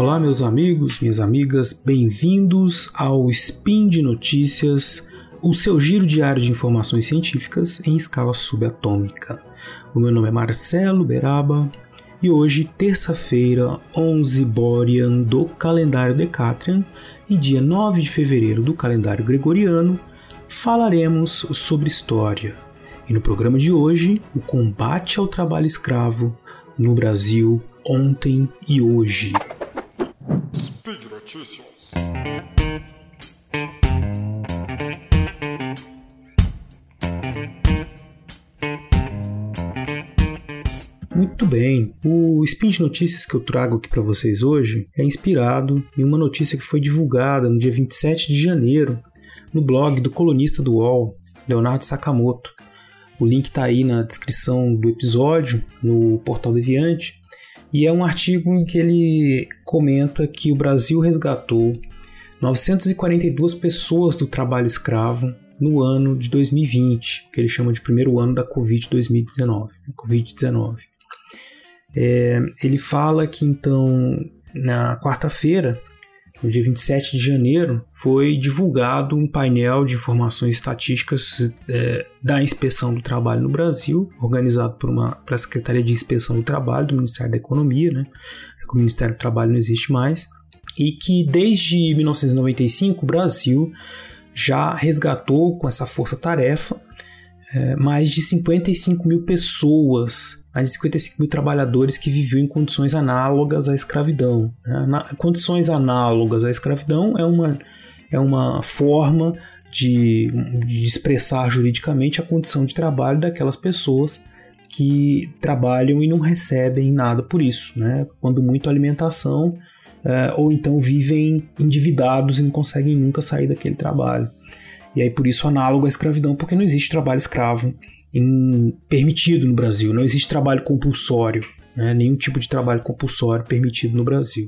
Olá, meus amigos, minhas amigas, bem-vindos ao Spin de Notícias, o seu giro diário de informações científicas em escala subatômica. O meu nome é Marcelo Beraba e hoje, terça-feira, 11 Borean do calendário Decatrian e dia 9 de fevereiro do calendário Gregoriano, falaremos sobre história. E no programa de hoje, o combate ao trabalho escravo no Brasil ontem e hoje. Speed Notícias. Muito bem, o Spin de Notícias que eu trago aqui para vocês hoje é inspirado em uma notícia que foi divulgada no dia 27 de janeiro no blog do colunista do UOL, Leonardo Sakamoto. O link está aí na descrição do episódio, no Portal Deviante, e é um artigo em que ele comenta que o Brasil resgatou 942 pessoas do trabalho escravo no ano de 2020, que ele chama de primeiro ano da Covid-19. Ele fala que, então, na quarta-feira, no dia 27 de janeiro, foi divulgado um painel de informações estatísticas da Inspeção do Trabalho no Brasil, organizado pela Secretaria de Inspeção do Trabalho do Ministério da Economia, né? O Ministério do Trabalho não existe mais, e que desde 1995 o Brasil já resgatou com essa força-tarefa mais de 55 mil pessoas, mais de 55 mil trabalhadores que viviam em condições análogas à escravidão. Condições análogas à escravidão é uma forma de expressar juridicamente a condição de trabalho daquelas pessoas que trabalham e não recebem nada por isso, né? Quando muito alimentação, ou então vivem endividados e não conseguem nunca sair daquele trabalho. E aí por isso análogo à escravidão, porque não existe trabalho escravo permitido no Brasil, não existe trabalho compulsório, né? Nenhum tipo de trabalho compulsório permitido no Brasil.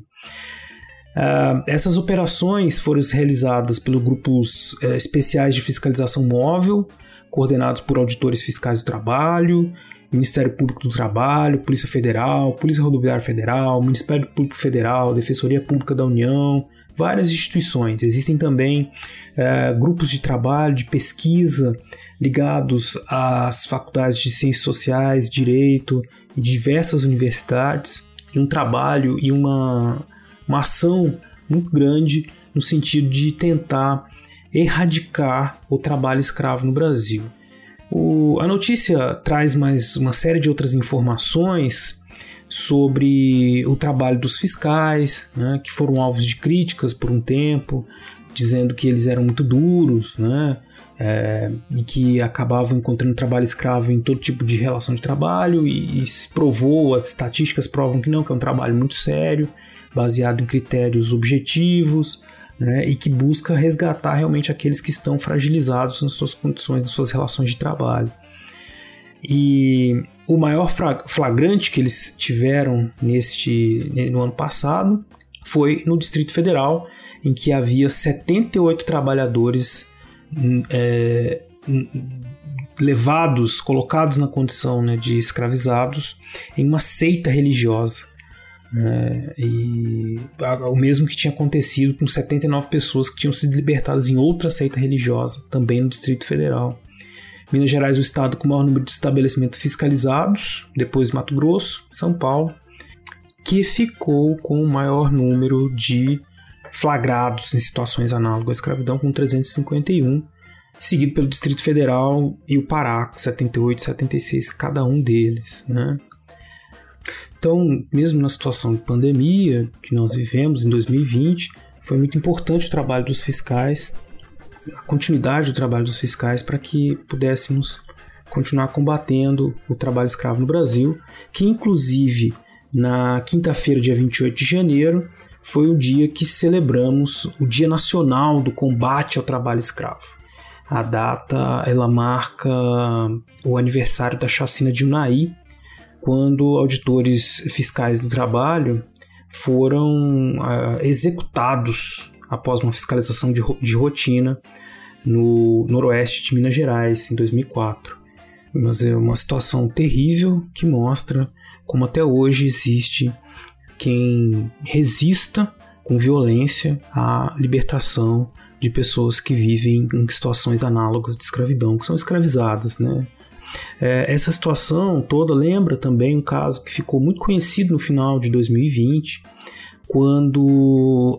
Essas operações foram realizadas pelos grupos especiais de fiscalização móvel, coordenados por auditores fiscais do trabalho, Ministério Público do Trabalho, Polícia Federal, Polícia Rodoviária Federal, Ministério Público Federal, Defensoria Pública da União, várias instituições. Existem também grupos de trabalho, de pesquisa, ligados às faculdades de Ciências Sociais, Direito e diversas universidades, e um trabalho e uma ação muito grande no sentido de tentar erradicar o trabalho escravo no Brasil. A notícia traz mais uma série de outras informações sobre o trabalho dos fiscais, né, que foram alvos de críticas por um tempo, dizendo que eles eram muito duros, né, e que acabavam encontrando trabalho escravo em todo tipo de relação de trabalho, e se provou, as estatísticas provam que não, que é um trabalho muito sério, baseado em critérios objetivos, né, e que busca resgatar realmente aqueles que estão fragilizados nas suas condições, nas suas relações de trabalho. E o maior flagrante que eles tiveram no ano passado foi no Distrito Federal, em que havia 78 trabalhadores colocados na condição, né, de escravizados em uma seita religiosa. E o mesmo que tinha acontecido com 79 pessoas que tinham sido libertadas em outra seita religiosa, também no Distrito Federal. Minas Gerais é o estado com o maior número de estabelecimentos fiscalizados, depois Mato Grosso, São Paulo, que ficou com o maior número de flagrados em situações análogas à escravidão, com 351, seguido pelo Distrito Federal e o Pará, com 78 e 76, cada um deles, né? Então, mesmo na situação de pandemia que nós vivemos em 2020, foi muito importante o trabalho dos fiscais, a continuidade do trabalho dos fiscais, para que pudéssemos continuar combatendo o trabalho escravo no Brasil, que inclusive na quinta-feira, dia 28 de janeiro, foi o dia que celebramos o Dia Nacional do Combate ao Trabalho Escravo. A data ela marca o aniversário da chacina de Unai, quando auditores fiscais do trabalho foram executados após uma fiscalização de rotina no noroeste de Minas Gerais, em 2004. Mas é uma situação terrível que mostra como até hoje existe quem resista com violência à libertação de pessoas que vivem em situações análogas de escravidão, que são escravizadas, né? Essa situação toda lembra também um caso que ficou muito conhecido no final de 2020, quando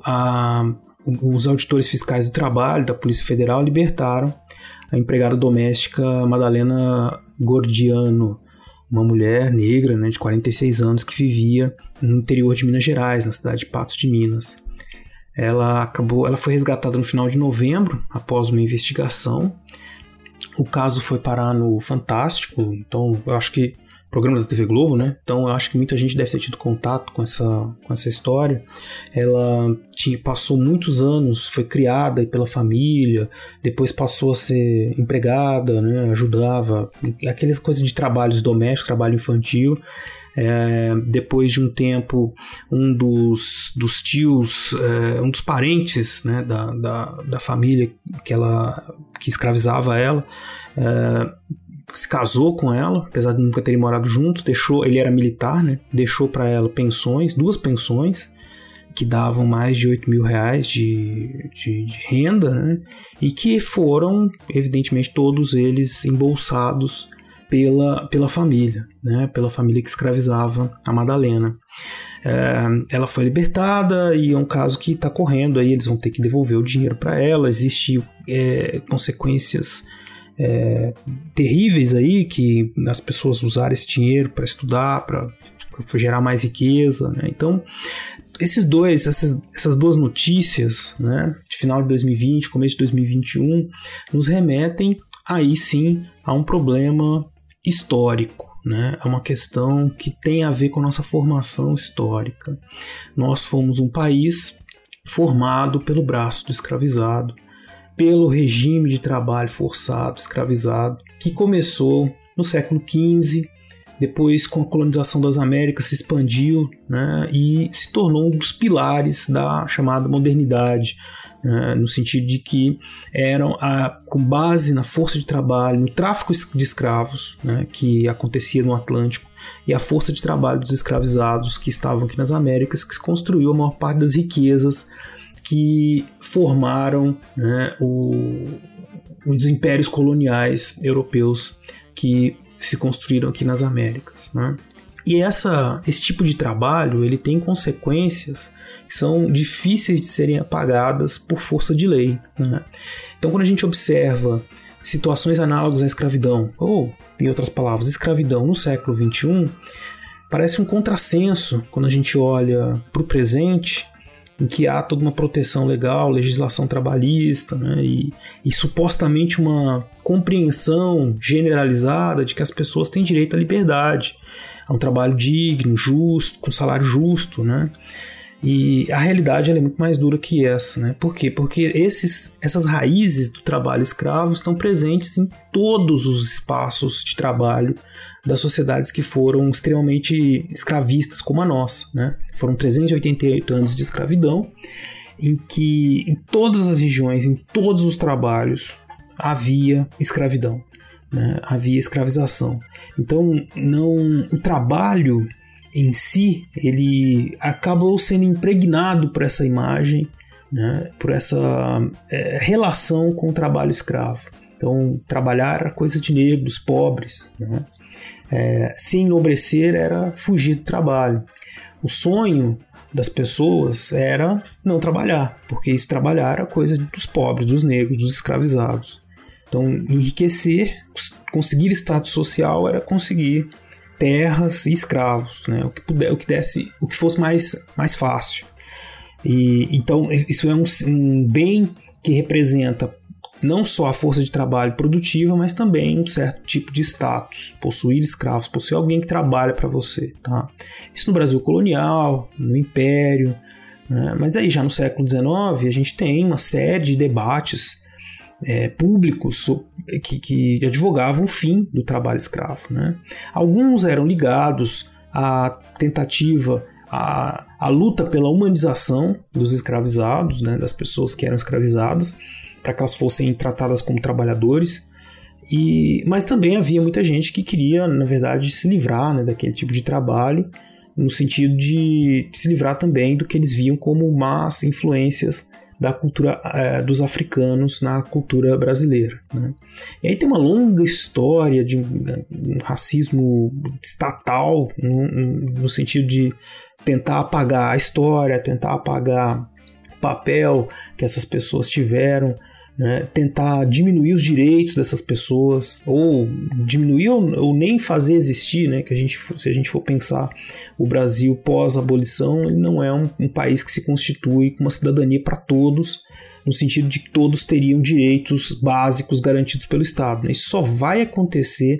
os auditores fiscais do trabalho da Polícia Federal libertaram a empregada doméstica Madalena Gordiano, uma mulher negra, né, de 46 anos que vivia no interior de Minas Gerais, na cidade de Patos de Minas. Ela foi resgatada no final de novembro, após uma investigação. O caso foi parar no Fantástico, então eu acho que programa da TV Globo, né? Então eu acho que muita gente deve ter tido contato com essa história. Ela passou muitos anos, foi criada pela família, depois passou a ser empregada, né? Ajudava, aquelas coisas de trabalhos domésticos, trabalho infantil. Depois de um tempo, um dos tios, um dos parentes, né, da família que escravizava ela, se casou com ela, apesar de nunca terem morado juntos, ele era militar, né, deixou para ela duas pensões, que davam mais de R$8.000 de renda, né, e que foram, evidentemente, todos eles embolsados pela família, né, pela família que escravizava a Madalena. Ela foi libertada e é um caso que está correndo, aí eles vão ter que devolver o dinheiro para ela. Existem consequências terríveis aí, que as pessoas usaram esse dinheiro para estudar, para gerar mais riqueza, né? Então, essas duas notícias, né, de final de 2020, começo de 2021, nos remetem aí sim a um problema histórico, né? É uma questão que tem a ver com a nossa formação histórica. Nós fomos um país formado pelo braço do escravizado, pelo regime de trabalho forçado, escravizado, que começou no século XV, depois com a colonização das Américas se expandiu, né, e se tornou um dos pilares da chamada modernidade, no sentido de que eram, com base na força de trabalho, no tráfico de escravos, né, que acontecia no Atlântico, e a força de trabalho dos escravizados que estavam aqui nas Américas, que construiu a maior parte das riquezas que formaram, né, os impérios coloniais europeus que se construíram aqui nas Américas, né? E esse tipo de trabalho, ele tem consequências que são difíceis de serem apagadas por força de lei, né? Então, quando a gente observa situações análogas à escravidão, ou, em outras palavras, escravidão no século XXI, parece um contrassenso quando a gente olha para o presente, em que há toda uma proteção legal, legislação trabalhista, né, e supostamente uma compreensão generalizada de que as pessoas têm direito à liberdade, a um trabalho digno, justo, com salário justo, né? E a realidade ela é muito mais dura que essa, né? Por quê? Porque essas raízes do trabalho escravo estão presentes em todos os espaços de trabalho das sociedades que foram extremamente escravistas como a nossa, né? Foram 388 anos de escravidão, em que em todas as regiões, em todos os trabalhos, havia escravidão, né? Havia escravização. Então, o trabalho em si, ele acabou sendo impregnado por essa imagem, né? Por essa relação com o trabalho escravo. Então, trabalhar era coisa de negros, pobres, né? Se enobrecer era fugir do trabalho. O sonho das pessoas era não trabalhar, porque isso trabalhar era coisa dos pobres, dos negros, dos escravizados. Então, enriquecer, conseguir status social era conseguir terras e escravos, né? O que fosse mais fácil. E então isso é um bem que representa não só a força de trabalho produtiva, mas também um certo tipo de status. Possuir escravos, possuir alguém que trabalha para você, tá? Isso no Brasil colonial, no Império, né? Mas aí já no século XIX a gente tem uma série de debates públicos que advogavam o fim do trabalho escravo, né? Alguns eram ligados à tentativa, à luta pela humanização dos escravizados, né? Das pessoas que eram escravizadas, para que elas fossem tratadas como trabalhadores. Mas também havia muita gente que queria, na verdade, se livrar, né, daquele tipo de trabalho no sentido de se livrar também do que eles viam como más influências da cultura dos africanos na cultura brasileira, né? E aí tem uma longa história de um racismo estatal, no sentido de tentar apagar a história, tentar apagar o papel que essas pessoas tiveram, né? Tentar diminuir os direitos dessas pessoas, ou diminuir ou nem fazer existir, né? Que se a gente for pensar o Brasil pós-abolição, ele não é um país que se constitui com uma cidadania para todos, no sentido de que todos teriam direitos básicos garantidos pelo Estado, né? Isso só vai acontecer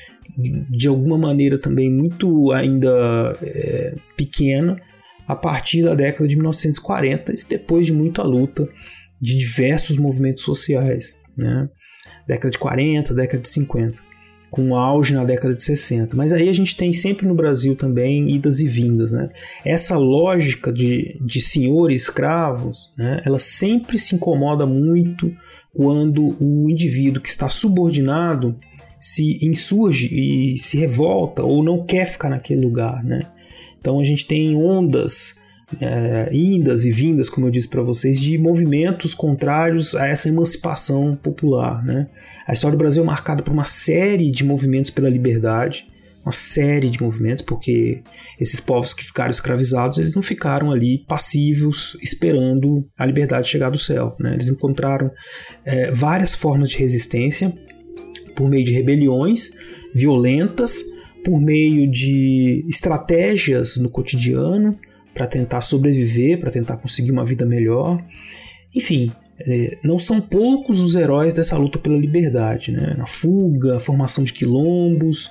de alguma maneira também muito ainda pequena a partir da década de 1940, depois de muita luta de diversos movimentos sociais, né? Década de 40, década de 50, com auge na década de 60. Mas aí a gente tem sempre no Brasil também idas e vindas, né? Essa lógica de senhores escravos, né? Ela sempre se incomoda muito quando o indivíduo que está subordinado se insurge e se revolta ou não quer ficar naquele lugar, né? Então a gente tem ondas indas e vindas, como eu disse para vocês, de movimentos contrários a essa emancipação popular, né? A história do Brasil é marcada por uma série de movimentos pela liberdade, uma série de movimentos, porque esses povos que ficaram escravizados, eles não ficaram ali passivos esperando a liberdade chegar do céu, né? Eles encontraram várias formas de resistência por meio de rebeliões violentas, por meio de estratégias no cotidiano, para tentar sobreviver, para tentar conseguir uma vida melhor. Enfim, não são poucos os heróis dessa luta pela liberdade, né? A fuga, a formação de quilombos,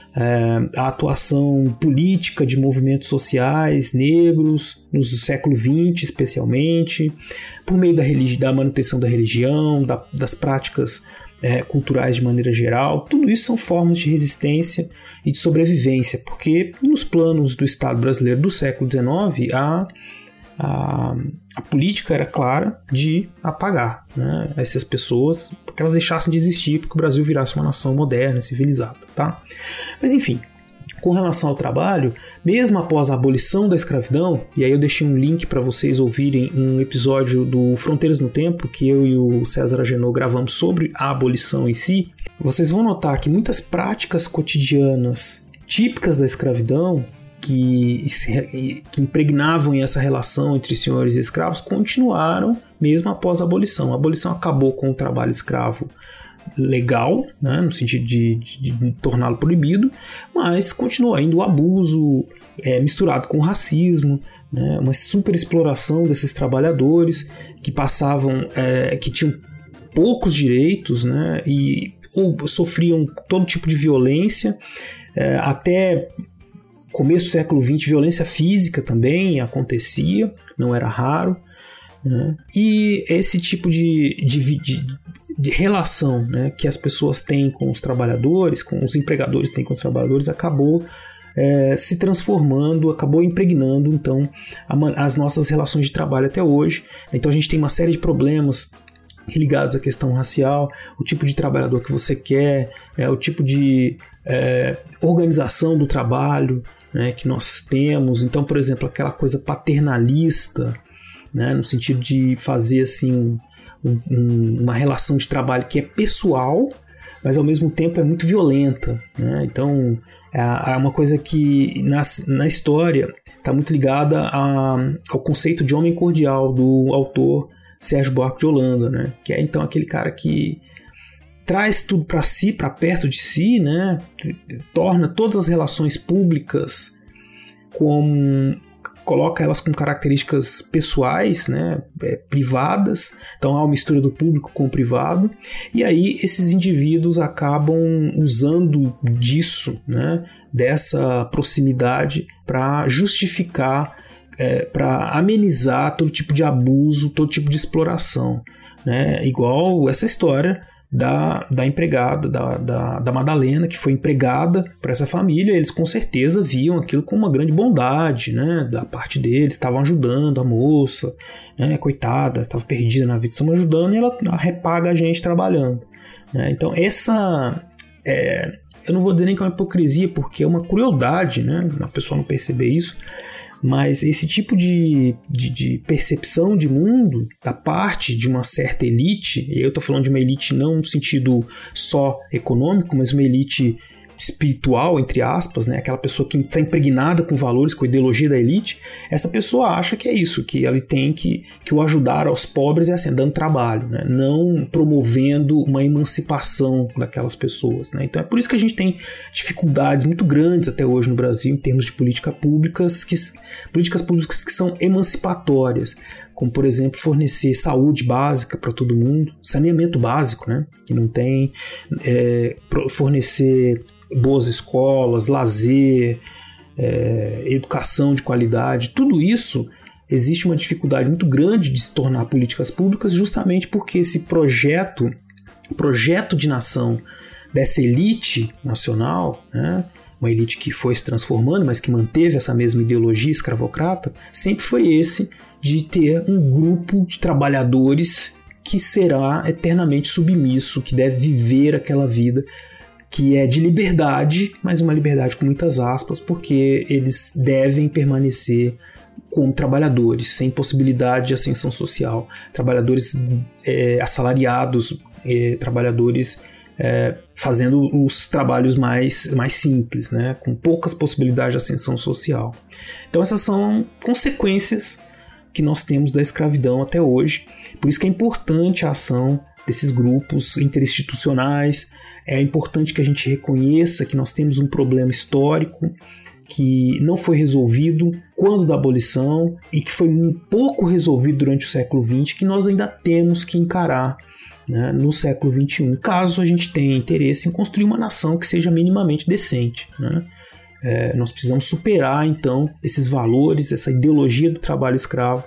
a atuação política de movimentos sociais negros no século XX especialmente, por meio da manutenção da religião, das práticas culturais de maneira geral. Tudo isso são formas de resistência e de sobrevivência, porque nos planos do Estado brasileiro do século XIX a política era clara de apagar, né, essas pessoas, para que elas deixassem de existir, porque o Brasil virasse uma nação moderna, civilizada, tá? Mas enfim, com relação ao trabalho, mesmo após a abolição da escravidão, e aí eu deixei um link para vocês ouvirem um episódio do Fronteiras no Tempo, que eu e o César Agenor gravamos sobre a abolição em si, vocês vão notar que muitas práticas cotidianas típicas da escravidão, que impregnavam essa relação entre senhores e escravos, continuaram mesmo após a abolição. A abolição acabou com o trabalho escravo legal, né, no sentido de torná-lo proibido, mas continuou ainda o abuso misturado com o racismo, né, uma superexploração desses trabalhadores que passavam, que tinham poucos direitos, né, ou sofriam todo tipo de violência, até começo do século XX, violência física também acontecia, não era raro, né? E esse tipo de relação, né, que as pessoas têm com os trabalhadores, com os empregadores têm com os trabalhadores, acabou se transformando, acabou impregnando então as nossas relações de trabalho até hoje. Então a gente tem uma série de problemas ligados à questão racial, o tipo de trabalhador que você quer, o tipo de organização do trabalho, né, que nós temos. Então, por exemplo, aquela coisa paternalista, né, no sentido de fazer assim uma relação de trabalho que é pessoal, mas ao mesmo tempo é muito violenta, né? Então é uma coisa que na história está muito ligada ao conceito de homem cordial do autor Sérgio Buarque de Holanda, né? Que é então aquele cara que traz tudo para si, para perto de si, né? Torna todas as relações públicas coloca elas com características pessoais, né, privadas. Então há uma mistura do público com o privado, e aí esses indivíduos acabam usando disso, né, dessa proximidade para justificar, para amenizar todo tipo de abuso, todo tipo de exploração, né, igual essa história da empregada, da Madalena, que foi empregada para essa família. Eles com certeza viam aquilo com uma grande bondade, né, da parte deles, estavam ajudando a moça, né, coitada, estava perdida na vida, estamos ajudando, e ela repaga a gente trabalhando, né? Então eu não vou dizer nem que é uma hipocrisia, porque é uma crueldade, né? A pessoa não perceber isso. Mas esse tipo de percepção de mundo da parte de uma certa elite, e eu estou falando de uma elite não no sentido só econômico, mas uma elite espiritual, entre aspas, né? Aquela pessoa que está impregnada com valores, com a ideologia da elite, essa pessoa acha que é isso, que ele tem que o ajudar aos pobres é assim, dando trabalho, né? Não promovendo uma emancipação daquelas pessoas, né? Então é por isso que a gente tem dificuldades muito grandes até hoje no Brasil em termos de políticas públicas que são emancipatórias, como, por exemplo, fornecer saúde básica para todo mundo, saneamento básico, né? Que não tem, fornecer boas escolas, lazer, educação de qualidade, tudo isso existe uma dificuldade muito grande de se tornar políticas públicas justamente porque esse projeto de nação dessa elite nacional, né, uma elite que foi se transformando, mas que manteve essa mesma ideologia escravocrata, sempre foi esse de ter um grupo de trabalhadores que será eternamente submisso, que deve viver aquela vida que é de liberdade, mas uma liberdade com muitas aspas, porque eles devem permanecer como trabalhadores, sem possibilidade de ascensão social, trabalhadores assalariados, trabalhadores fazendo os trabalhos mais simples, né, com poucas possibilidades de ascensão social. Então essas são consequências que nós temos da escravidão até hoje, por isso que é importante a ação desses grupos interinstitucionais. É importante que a gente reconheça que nós temos um problema histórico que não foi resolvido quando da abolição e que foi um pouco resolvido durante o século XX, que nós ainda temos que encarar, né, no século XXI, caso a gente tenha interesse em construir uma nação que seja minimamente decente, né? Nós precisamos superar, então, esses valores, essa ideologia do trabalho escravo,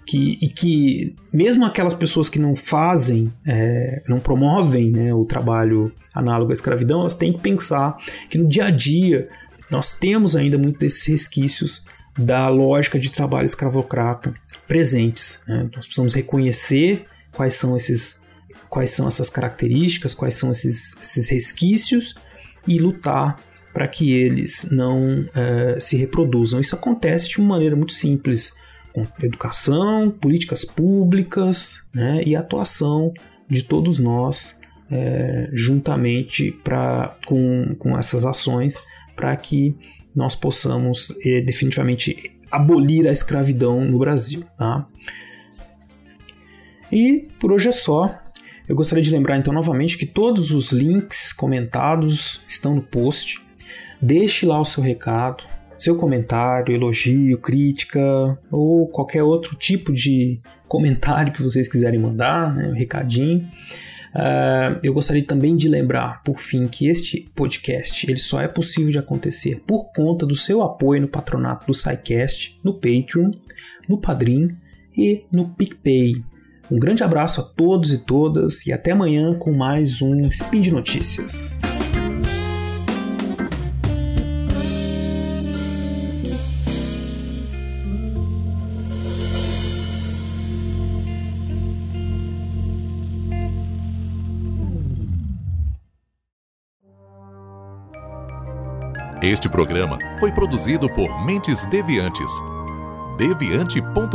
que mesmo aquelas pessoas que não fazem, não promovem, né, o trabalho análogo à escravidão, elas têm que pensar que no dia a dia nós temos ainda muito desses resquícios da lógica de trabalho escravocrata presentes, né? Nós precisamos reconhecer quais são essas características, quais são esses resquícios e lutar para que eles não se reproduzam. Isso acontece de uma maneira muito simples, com educação, políticas públicas, né, e atuação de todos nós juntamente com essas ações para que nós possamos definitivamente abolir a escravidão no Brasil, tá? E por hoje é só. Eu gostaria de lembrar então novamente que todos os links comentados estão no post. Deixe lá o seu recado, seu comentário, elogio, crítica ou qualquer outro tipo de comentário que vocês quiserem mandar, né, um recadinho. Eu gostaria também de lembrar, por fim, que este podcast ele só é possível de acontecer por conta do seu apoio no patronato do SciCast, no Patreon, no Padrim e no PicPay. Um grande abraço a todos e todas e até amanhã com mais um Spin de Notícias. Este programa foi produzido por Mentes Deviantes. deviante.com.br.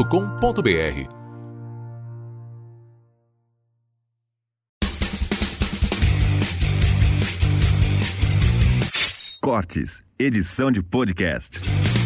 Cortes, edição de podcast.